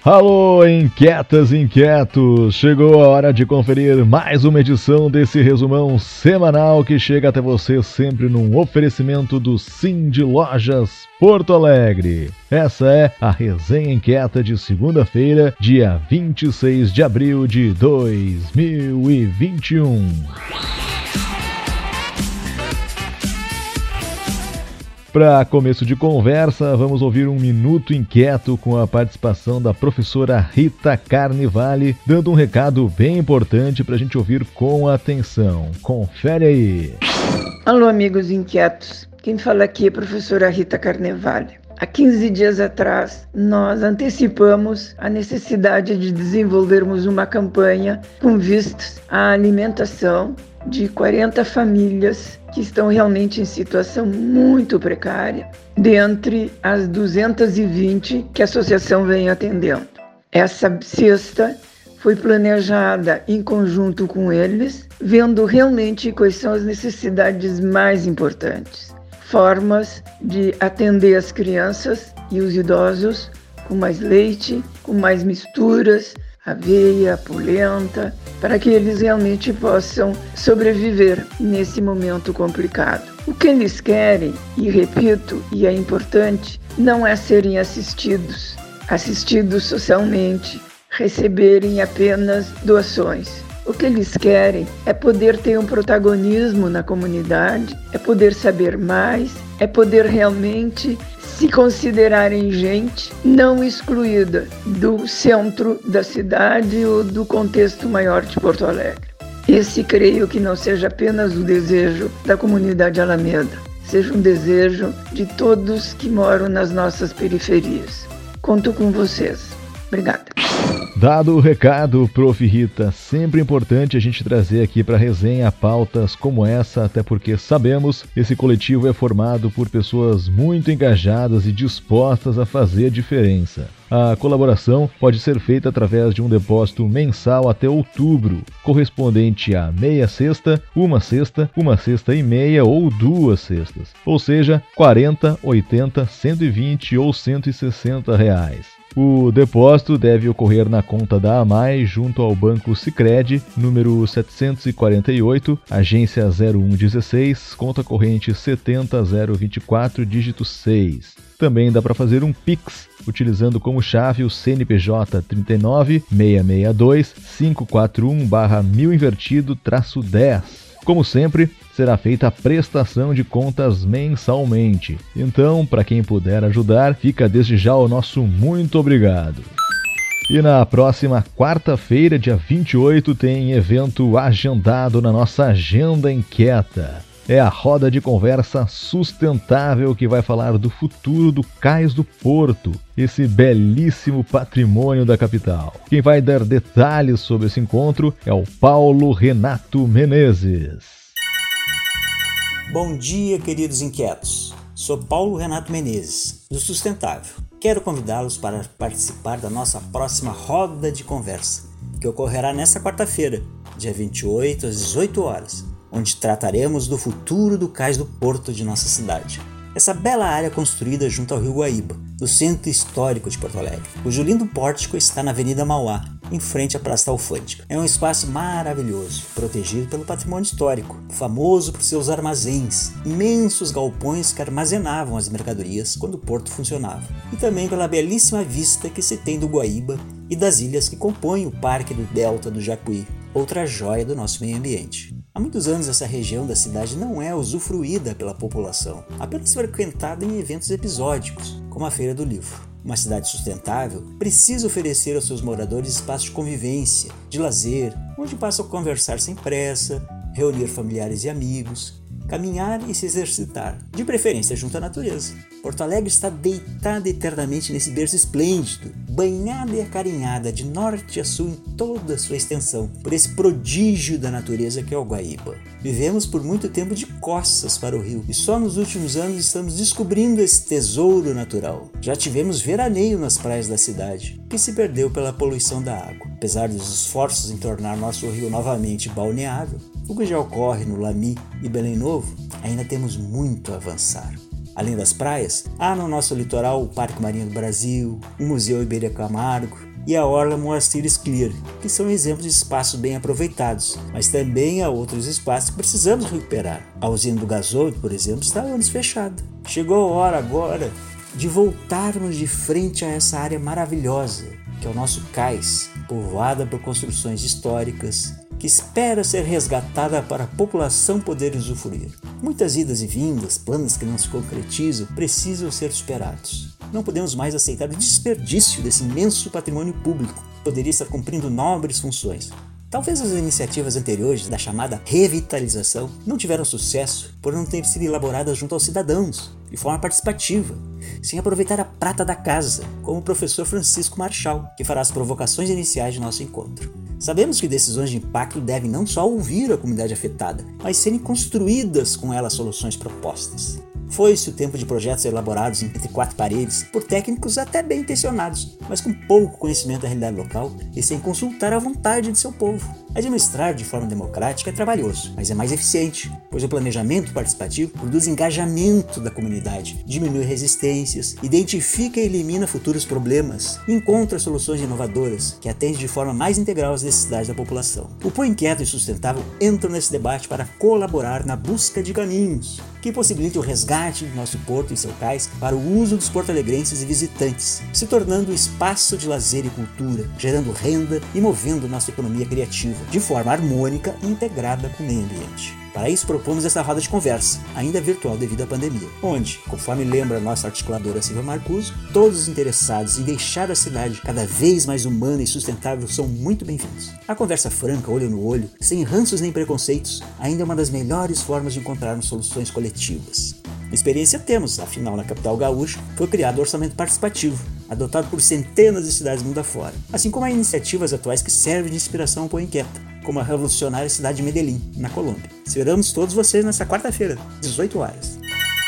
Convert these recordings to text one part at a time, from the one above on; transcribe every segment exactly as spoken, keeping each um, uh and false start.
Alô, inquietas e inquietos! Chegou a hora de conferir mais uma edição desse resumão semanal que chega até você sempre num oferecimento do Cindy Lojas Porto Alegre. Essa é a Resenha Inquieta de segunda-feira, dia vinte e seis de abril de dois mil e vinte e um. Para começo de conversa, vamos ouvir um Minuto Inquieto com a participação da professora Rita Carnevale, dando um recado bem importante para a gente ouvir com atenção. Confere aí! Alô, amigos inquietos. Quem fala aqui é a professora Rita Carnevale. Há quinze dias atrás, nós antecipamos a necessidade de desenvolvermos uma campanha com vistas à alimentação de quarenta famílias que estão realmente em situação muito precária, dentre as duzentas e vinte que a associação vem atendendo. Essa cesta foi planejada em conjunto com eles, vendo realmente quais são as necessidades mais importantes. Formas de atender as crianças e os idosos com mais leite, com mais misturas, aveia, polenta, para que eles realmente possam sobreviver nesse momento complicado. O que eles querem, e repito, e é importante, não é serem assistidos, assistidos socialmente, receberem apenas doações. O que eles querem é poder ter um protagonismo na comunidade, é poder saber mais, é poder realmente se considerarem gente não excluída do centro da cidade ou do contexto maior de Porto Alegre. Esse creio que não seja apenas o desejo da comunidade Alameda, seja um desejo de todos que moram nas nossas periferias. Conto com vocês. Obrigada. Dado o recado, prof Rita, sempre importante a gente trazer aqui para a resenha pautas como essa, até porque sabemos que esse coletivo é formado por pessoas muito engajadas e dispostas a fazer a diferença. A colaboração pode ser feita através de um depósito mensal até outubro, correspondente a meia cesta, uma cesta, uma cesta e meia ou duas cestas, ou seja, quarenta, oitenta, cento e vinte ou cento e sessenta reais. O depósito deve ocorrer na conta da AMAI junto ao Banco Sicredi, número setecentos e quarenta e oito, agência zero um dezesseis, conta corrente setenta zero vinte e quatro, dígito seis. Também dá para fazer um Pix, utilizando como chave o C N P J trinta e nove, seiscentos e sessenta e dois, quinhentos e quarenta e um barra mil invertido traço dez. Como sempre, será feita a prestação de contas mensalmente. Então, para quem puder ajudar, fica desde já o nosso muito obrigado. E na próxima quarta-feira, dia vinte e oito, tem evento agendado na nossa Agenda Inquieta. É a roda de conversa sustentável que vai falar do futuro do Cais do Porto, esse belíssimo patrimônio da capital. Quem vai dar detalhes sobre esse encontro é o Paulo Renato Menezes. Bom dia, queridos inquietos. Sou Paulo Renato Menezes, do Sustentável. Quero convidá-los para participar da nossa próxima roda de conversa, que ocorrerá nesta quarta-feira, dia vinte e oito, às dezoito horas. Onde trataremos do futuro do Cais do Porto de nossa cidade. Essa bela área construída junto ao Rio Guaíba, do centro histórico de Porto Alegre, cujo lindo pórtico está na Avenida Mauá, em frente à Praça Alfândega. É um espaço maravilhoso, protegido pelo patrimônio histórico, famoso por seus armazéns, imensos galpões que armazenavam as mercadorias quando o porto funcionava, e também pela belíssima vista que se tem do Guaíba e das ilhas que compõem o Parque do Delta do Jacuí, outra joia do nosso meio ambiente. Há muitos anos essa região da cidade não é usufruída pela população, apenas frequentada em eventos episódicos, como a Feira do Livro. Uma cidade sustentável precisa oferecer aos seus moradores espaços de convivência, de lazer, onde possam conversar sem pressa, reunir familiares e amigos, caminhar e se exercitar, de preferência junto à natureza. Porto Alegre está deitada eternamente nesse berço esplêndido, banhada e acarinhada de norte a sul em toda a sua extensão, por esse prodígio da natureza que é o Guaíba. Vivemos por muito tempo de costas para o rio e só nos últimos anos estamos descobrindo esse tesouro natural. Já tivemos veraneio nas praias da cidade, que se perdeu pela poluição da água. Apesar dos esforços em tornar nosso rio novamente balneável, o que já ocorre no Lami e Belém Novo, ainda temos muito a avançar. Além das praias, há no nosso litoral o Parque Marinho do Brasil, o Museu Iberê Camargo e a Orla Moacir Scliar, que são exemplos de espaços bem aproveitados, mas também há outros espaços que precisamos recuperar. A usina do gasômetro, por exemplo, está há anos fechada. Chegou a hora agora de voltarmos de frente a essa área maravilhosa, que é o nosso cais, povoada por construções históricas, que espera ser resgatada para a população poder usufruir. Muitas idas e vindas, planos que não se concretizam, precisam ser superados. Não podemos mais aceitar o desperdício desse imenso patrimônio público, que poderia estar cumprindo nobres funções. Talvez as iniciativas anteriores da chamada revitalização não tiveram sucesso por não terem sido elaboradas junto aos cidadãos, de forma participativa, sem aproveitar a prata da casa, como o professor Francisco Marchal, que fará as provocações iniciais de nosso encontro. Sabemos que decisões de impacto devem não só ouvir a comunidade afetada, mas serem construídas com ela soluções propostas. Foi-se o tempo de projetos elaborados entre quatro paredes por técnicos até bem intencionados, mas com pouco conhecimento da realidade local e sem consultar a vontade de seu povo. Administrar de forma democrática é trabalhoso, mas é mais eficiente, pois o planejamento participativo produz engajamento da comunidade, diminui resistências, identifica e elimina futuros problemas, encontra soluções inovadoras que atendem de forma mais integral às necessidades da população. O Põe Inquieto e Sustentável entra nesse debate para colaborar na busca de caminhos que possibilitem o resgate do nosso porto e seu cais para o uso dos porto-alegrenses e visitantes, se tornando um espaço de lazer e cultura, gerando renda e movendo nossa economia criativa, de forma harmônica e integrada com o meio ambiente. Para isso propomos essa roda de conversa, ainda virtual devido à pandemia, onde, conforme lembra a nossa articuladora Silvia Marcuso, todos os interessados em deixar a cidade cada vez mais humana e sustentável são muito bem-vindos. A conversa franca, olho no olho, sem ranços nem preconceitos, ainda é uma das melhores formas de encontrarmos soluções coletivas. Experiência temos, afinal na capital gaúcha foi criado o orçamento participativo, adotado por centenas de cidades mundo afora, assim como há iniciativas atuais que servem de inspiração ao Põe Inquieto, como a revolucionária cidade de Medellín, na Colômbia. Esperamos todos vocês nessa quarta-feira, dezoito horas.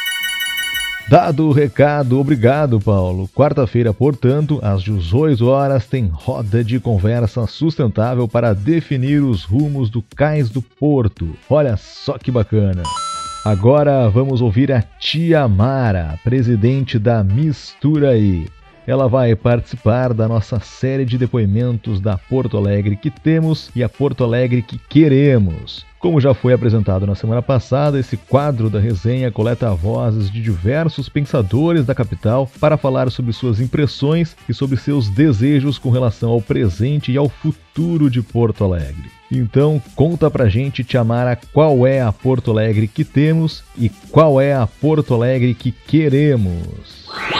Dado o recado, obrigado, Paulo. Quarta-feira, portanto, às dezoito horas, tem roda de conversa sustentável para definir os rumos do Cais do Porto. Olha só que bacana! Agora vamos ouvir a tia Mara, presidente da Misturaí. Ela vai participar da nossa série de depoimentos da Porto Alegre que temos e a Porto Alegre que queremos. Como já foi apresentado na semana passada, esse quadro da resenha coleta vozes de diversos pensadores da capital para falar sobre suas impressões e sobre seus desejos com relação ao presente e ao futuro de Porto Alegre. Então, conta pra gente, tia Mara, qual é a Porto Alegre que temos e qual é a Porto Alegre que queremos.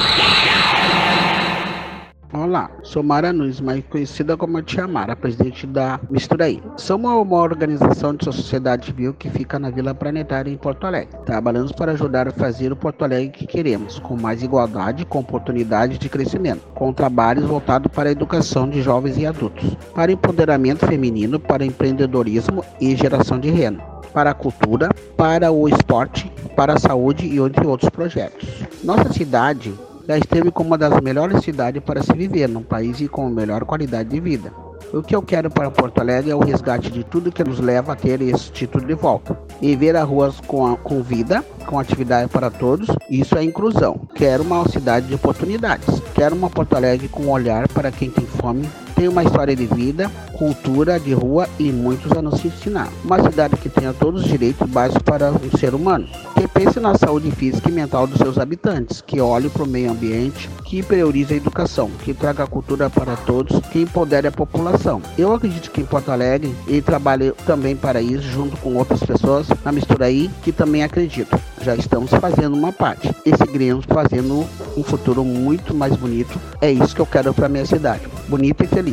Olá, sou Mara Nunes, mais conhecida como Tia Mara, presidente da Misturaí. Somos uma organização de sociedade civil que fica na Vila Planetária em Porto Alegre. Trabalhamos para ajudar a fazer o Porto Alegre que queremos, com mais igualdade, com oportunidades de crescimento, com trabalhos voltados para a educação de jovens e adultos, para empoderamento feminino, para empreendedorismo e geração de renda, para a cultura, para o esporte, para a saúde e entre outros projetos. Nossa cidade já esteve como uma das melhores cidades para se viver num país e com melhor qualidade de vida. O que eu quero para Porto Alegre é o resgate de tudo que nos leva a ter esse título de volta. E ver as ruas com, a, com vida, com atividade para todos, isso é inclusão. Quero uma cidade de oportunidades. Quero uma Porto Alegre com um olhar para quem tem fome, tem uma história de vida, cultura de rua e muitos a nos ensinar. Uma cidade que tenha todos os direitos básicos para um ser humano. Que pense na saúde física e mental dos seus habitantes, que olhe para o meio ambiente, que priorize a educação, que traga a cultura para todos, que empodere a população. Eu acredito que em Porto Alegre ele trabalha também para isso, junto com outras pessoas na Misturaí, que também acreditam. Já estamos fazendo uma parte e seguiremos fazendo um futuro muito mais bonito. É isso que eu quero para minha cidade, bonita e feliz.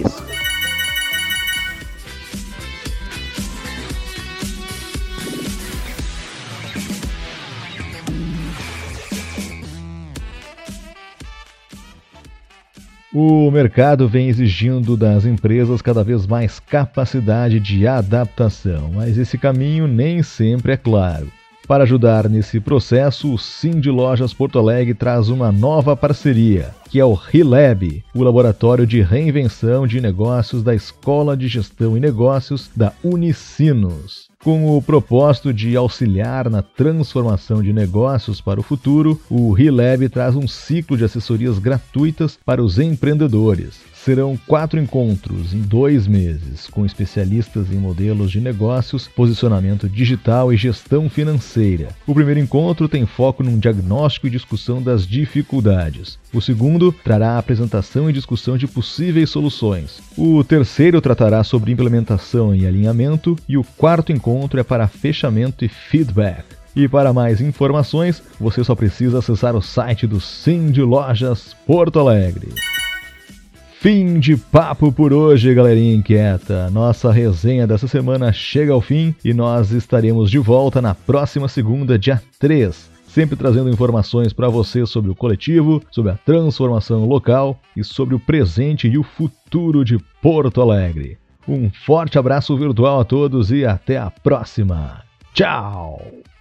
O mercado vem exigindo das empresas cada vez mais capacidade de adaptação, mas esse caminho nem sempre é claro. Para ajudar nesse processo, o Sim de Lojas Porto Alegre traz uma nova parceria. que é o ReLab, o Laboratório de Reinvenção de Negócios da Escola de Gestão e Negócios da Unicinos. Com o propósito de auxiliar na transformação de negócios para o futuro, o ReLab traz um ciclo de assessorias gratuitas para os empreendedores. Serão quatro encontros em dois meses, com especialistas em modelos de negócios, posicionamento digital e gestão financeira. O primeiro encontro tem foco num diagnóstico e discussão das dificuldades. O segundo trará a apresentação e discussão de possíveis soluções. O terceiro tratará sobre implementação e alinhamento. E o quarto encontro é para fechamento e feedback. E para mais informações, você só precisa acessar o site do Cindy Lojas Porto Alegre. Fim de papo por hoje, galerinha inquieta. Nossa resenha dessa semana chega ao fim e nós estaremos de volta na próxima segunda, dia três. Sempre trazendo informações para você sobre o coletivo, sobre a transformação local e sobre o presente e o futuro de Porto Alegre. Um forte abraço virtual a todos e até a próxima. Tchau!